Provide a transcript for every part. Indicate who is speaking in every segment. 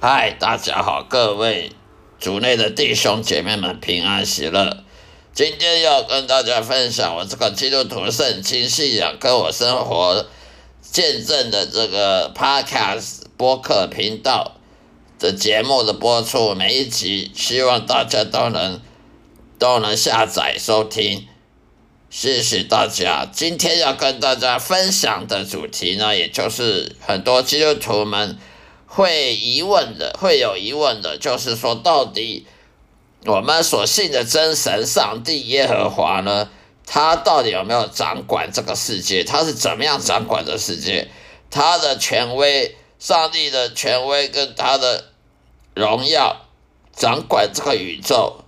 Speaker 1: 嗨，大家好，各位主内的弟兄姐妹们平安喜乐。今天要跟大家分享我这个基督徒圣经信仰跟我生活见证的这个 Podcast 播客频道的节目的播出，每一集希望大家都能下载收听，谢谢大家。今天要跟大家分享的主题呢，也就是很多基督徒们会有疑问的，就是说到底我们所信的真神上帝耶和华呢，他到底有没有掌管这个世界？他是怎么样掌管这世界？他的权威，上帝的权威跟他的荣耀掌管这个宇宙，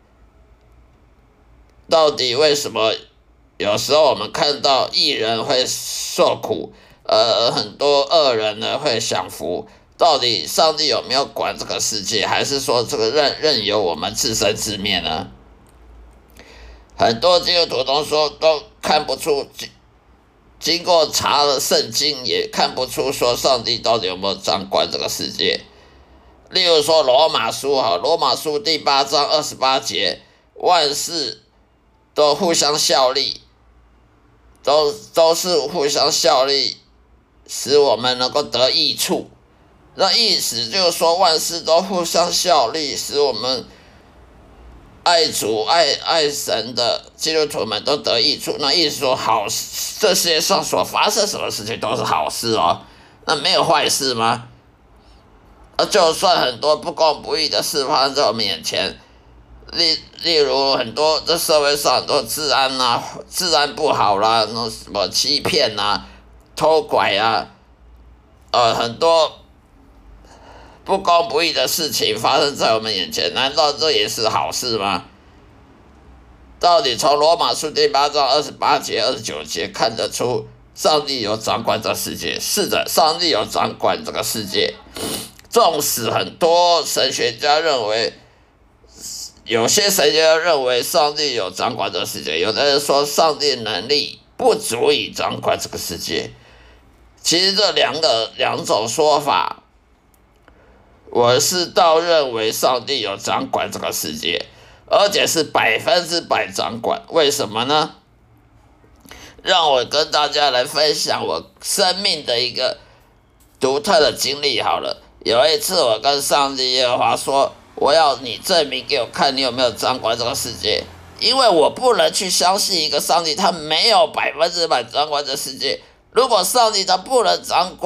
Speaker 1: 到底为什么有时候我们看到义人会受苦，很多恶人呢会享福？到底上帝有没有管这个世界，还是说这个任由我们自生自灭呢？很多基督徒都看不出，经过查了圣经也看不出说上帝到底有没有掌管这个世界。例如说罗马书第8章28节，万事都互相效力，都是互相效力，使我们能够得益处。那意思就是说，万事都互相效力，使我们爱主爱神的基督徒们都得益处。那意思说，这世界上所发生什么事情都是好事哦，那没有坏事吗？就算很多不公不义的事发生在我们眼前，例如很多这社会上很多治安不好啦，那什么欺骗啊、偷拐啊，很多不公不义的事情发生在我们眼前，难道这也是好事吗？到底从罗马书第8章28节、29节看得出上帝有掌管这世界？是的，上帝有掌管这个世界。纵使很多神学家认为，有些神学家认为上帝有掌管这个世界，有的人说上帝能力不足以掌管这个世界。其实这两种说法，我是倒认为上帝有掌管这个世界，而且是100%掌管。为什么呢？让我跟大家来分享我生命的一个独特的经历好了。有一次我跟上帝耶和华说，我要你证明给我看你有没有掌管这个世界，因为我不能去相信一个上帝他没有100%掌管这世界。如果上帝他不能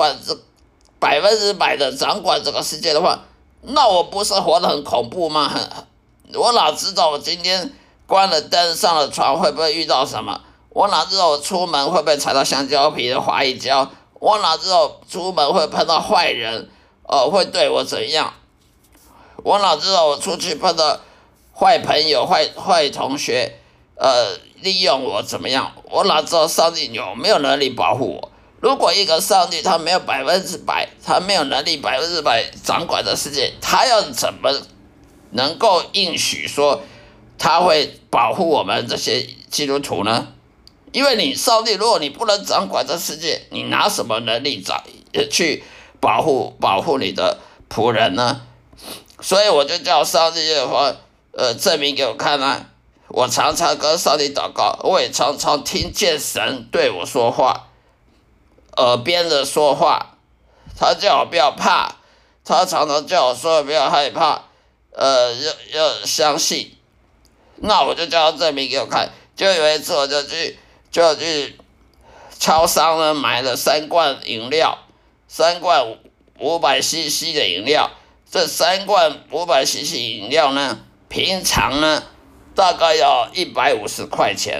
Speaker 1: 100%的掌管这个世界的话，那我不是活得很恐怖吗？我哪知道我今天关了灯上了床会不会遇到什么？我哪知道我出门会不会踩到香蕉皮的滑一跤？我哪知道出门会碰到坏人，会对我怎样？我哪知道我出去碰到坏朋友、坏同学，利用我怎么样？我哪知道上帝有没有能力保护我？如果一个上帝他没有100%，他没有能力100%掌管的世界，他要怎么能够应许说他会保护我们这些基督徒呢？因为上帝，如果你不能掌管这世界，你拿什么能力去保护你的仆人呢？所以我就叫上帝耶和华证明给我看啊！我常常跟上帝祷告，我也常常听见神对我说话，耳边的说话，他叫我不要怕，他常常叫我说不要害怕，要相信。那我就叫他证明给我看。就有一次我就去超商呢买了3罐饮料，3罐500cc 的饮料。这3罐500cc 饮料呢，平常呢大概要150块钱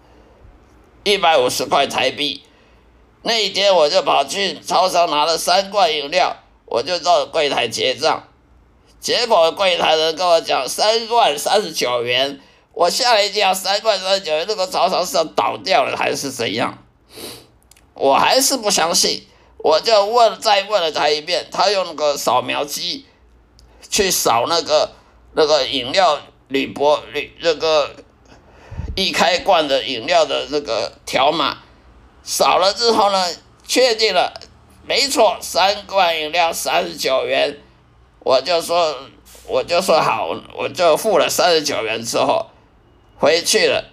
Speaker 1: ，150块台币。那一天我就跑去超商拿了3罐饮料，我就到柜台结账，结果柜台人跟我讲3罐39元，我吓了一跳，3罐39元，那个超商是要倒掉了还是怎样？我还是不相信，我就再问了他一遍，他用那个扫描机去扫那个饮料那个一开罐的饮料的那个条码，扫了之后呢，确定了，没错，3罐饮料39元， 我就说好，我就付了39元之后回去了。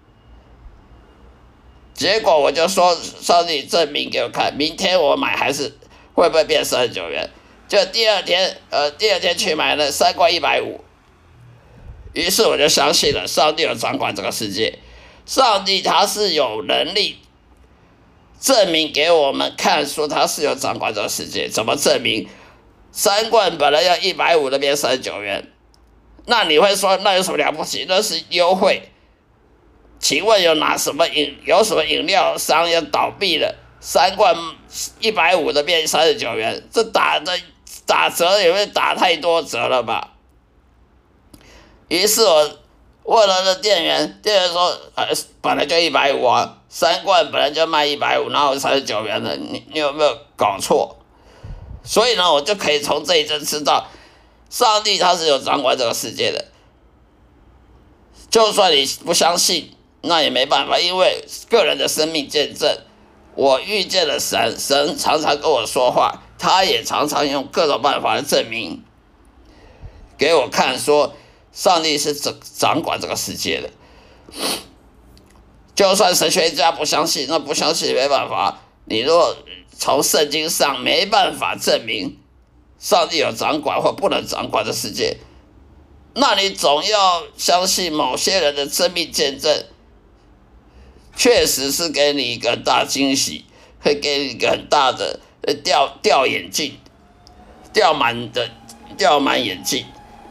Speaker 1: 结果我就说上帝证明给我看，明天我买还是会不会变39元？就第二天去买了3罐150，于是我就相信了上帝有掌管这个世界，上帝他是有能力证明给我们看，说他是有掌管这个世界。怎么证明？3罐本来要150的变39元，那你会说那有什么了不起？那是优惠。请问有什么饮料商要倒闭了？3罐150的变39元，这打折也会打太多折了吧？于是我问了那店员说，本来就150啊，3罐本来就卖150，哪有39元的？你有没有搞错？所以呢，我就可以从这一阵知道，上帝他是有掌管这个世界的。就算你不相信，那也没办法，因为个人的生命见证，我遇见了神，神常常跟我说话，他也常常用各种办法来证明给我看，说上帝是掌管这个世界的。就算神学家不相信，那不相信也没办法。你若从圣经上没办法证明上帝有掌管或不能掌管的世界，那你总要相信某些人的生命见证确实是给你一个很大惊喜，会给你一个很大的掉眼镜，掉满眼镜。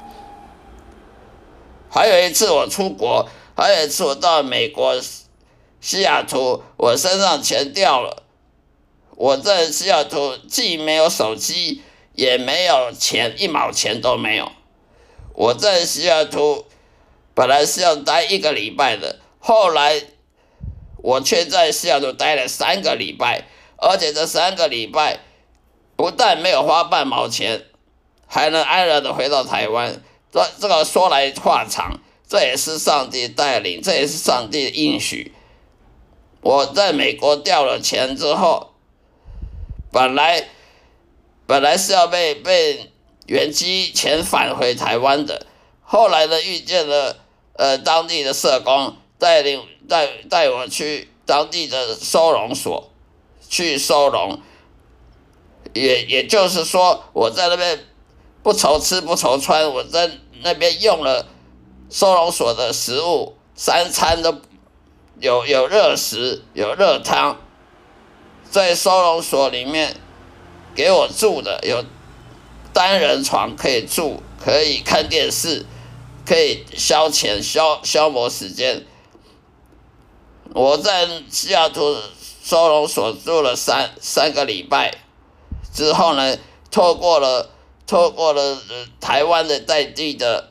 Speaker 1: 还有一次我出国，还有一次我到美国西雅图，我身上钱掉了。我在西雅图既没有手机，也没有钱，1毛钱都没有。我在西雅图本来是要待1个礼拜的，后来我却在西雅图待了3个礼拜，而且这3个礼拜不但没有花半毛钱，还能安然的回到台湾。这个说来话长，这也是上帝带领，这也是上帝的应许。我在美国掉了钱之后，本来是要被原机遣返回台湾的，后来呢遇见了当地的社工，带我去当地的收容所去收容，也就是说我在那边不愁吃不愁穿，我在那边用了收容所的食物，3餐都有热食有热汤，在收容所里面给我住的有单人床可以住，可以看电视，可以消遣消磨时间。我在西雅图收容所住了三个礼拜之后呢，透过了台湾的在地的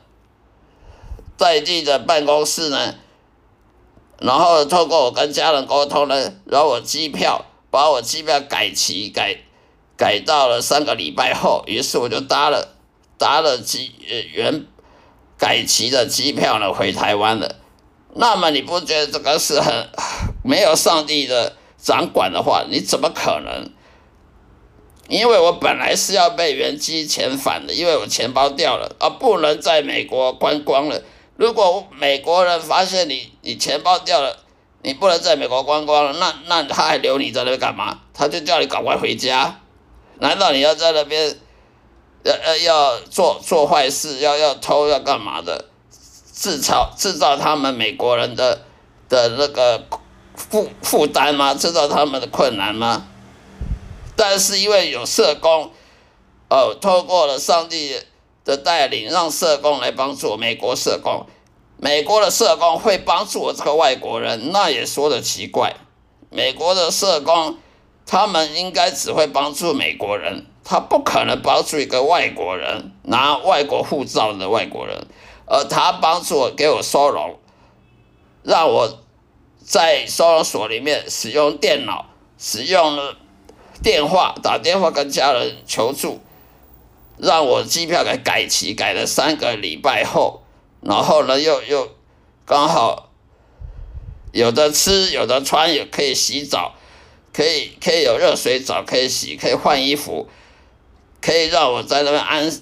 Speaker 1: 办公室呢，然後透過我跟家人溝通呢，然後把我機票改期改到了3個禮拜後，於是我就搭了改期的機票呢回台灣了。那麼你不覺得這個是很沒有上帝的掌管的話，你怎麼可能？因為我本來是要被原機遣返的，因為我錢包掉了，不能在美國觀光了。如果美國人發現你錢包掉了，你不能在美國觀光了，那他還留你在那邊幹嘛？他就叫你趕快回家。難道你要在那邊要做壞事，要偷要幹嘛的？製造他們美國人的那個負擔嗎？製造他們的困難嗎？但是因為有社工透過了上帝的帶領，讓社工來幫助我，美國社工，美國的社工會幫助我這個外國人，那也說得奇怪。美國的社工他們應該只會幫助美國人，他不可能幫助一個外國人，拿外國護照的外國人，而他幫助我，給我收容，讓我在收容所裡面使用電腦，使用了電話，打電話跟家人求助，讓我機票給改期，改了3個禮拜後，然後呢又剛好有的吃有的穿，也可以洗澡，可以有熱水澡可以洗，可以換衣服，可以讓我在那邊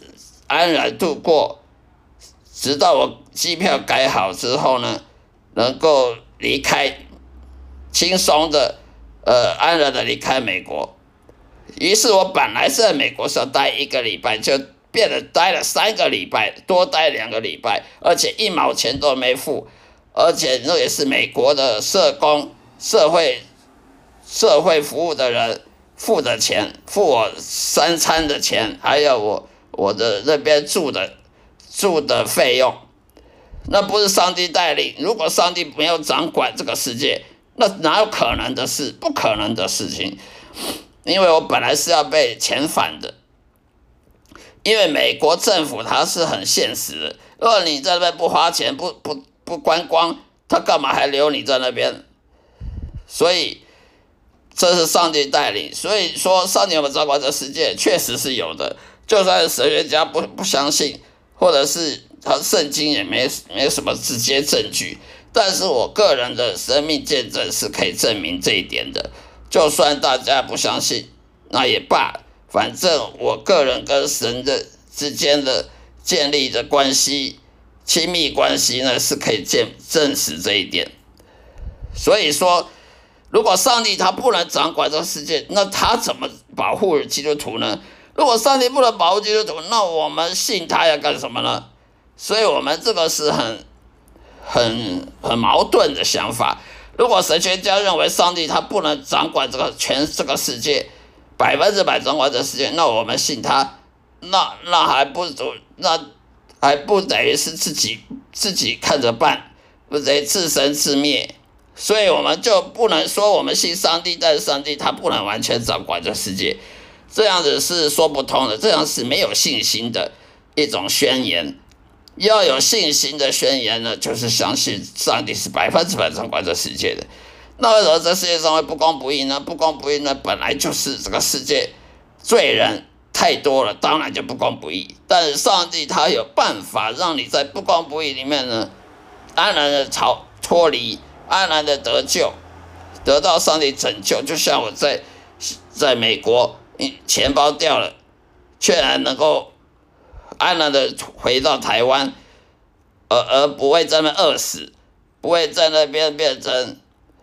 Speaker 1: 安然度过，直到我机票改好之后呢，能够离开，轻松的安然的离开美国。于是我本来是在美国是要待1个礼拜，就变得待了3个礼拜，多待2个礼拜，而且1毛钱都没付，而且那也是美国的社工、社会服务的人付的钱，付我3餐的钱，还有我的那边住的费用。那不是上帝带领，如果上帝没有掌管这个世界，那哪有可能的事？不可能的事情。因为我本来是要被遣返的，因为美国政府它是很现实的，如果你在那边不花钱不观光，他干嘛还留你在那边？所以这是上帝带领，所以说上帝有没有掌管这世界，确实是有的。就算是神学家不相信，或者是他圣经也没什么直接证据，但是我个人的生命见证是可以证明这一点的。就算大家不相信，那也罢，反正我个人跟神的之间的建立的关系，亲密关系呢，是可以证实这一点。所以说，如果上帝他不能掌管这个世界，那他怎么保护基督徒呢？如果上帝不能保护基督徒，那我们信他要干什么呢？所以我们这个是很矛盾的想法。如果神学家认为上帝他不能掌管这个世界，100%掌管这个世界，那我们信他，那还不等于是自己看着办，不等于自生自灭。所以我们就不能说我们信上帝，但是上帝他不能完全掌管这世界，这样子是说不通的，这样是没有信心的一种宣言。要有信心的宣言呢，就是相信上帝是100%掌管这世界的。那为什么这世界上会不公不义呢？不公不义呢，本来就是这个世界罪人太多了，当然就不公不义。但是上帝他有办法让你在不公不义里面呢，安然的脱离，安然的得救，得到上帝拯救。就像我在美国，钱包掉了，却然能够安然的回到台湾，而不会在那边饿死，不会在那边变成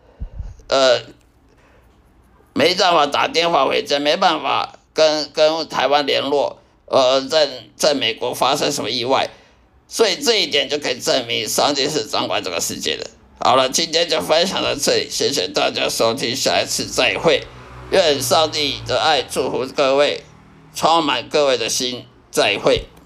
Speaker 1: 没办法打电话回家，没办法跟台湾联络，在美国发生什么意外。所以这一点就可以证明上帝是掌管这个世界的。好了，今天就分享到这里，谢谢大家收听，下一次再会。愿上帝的爱祝福各位，充满各位的心，再会。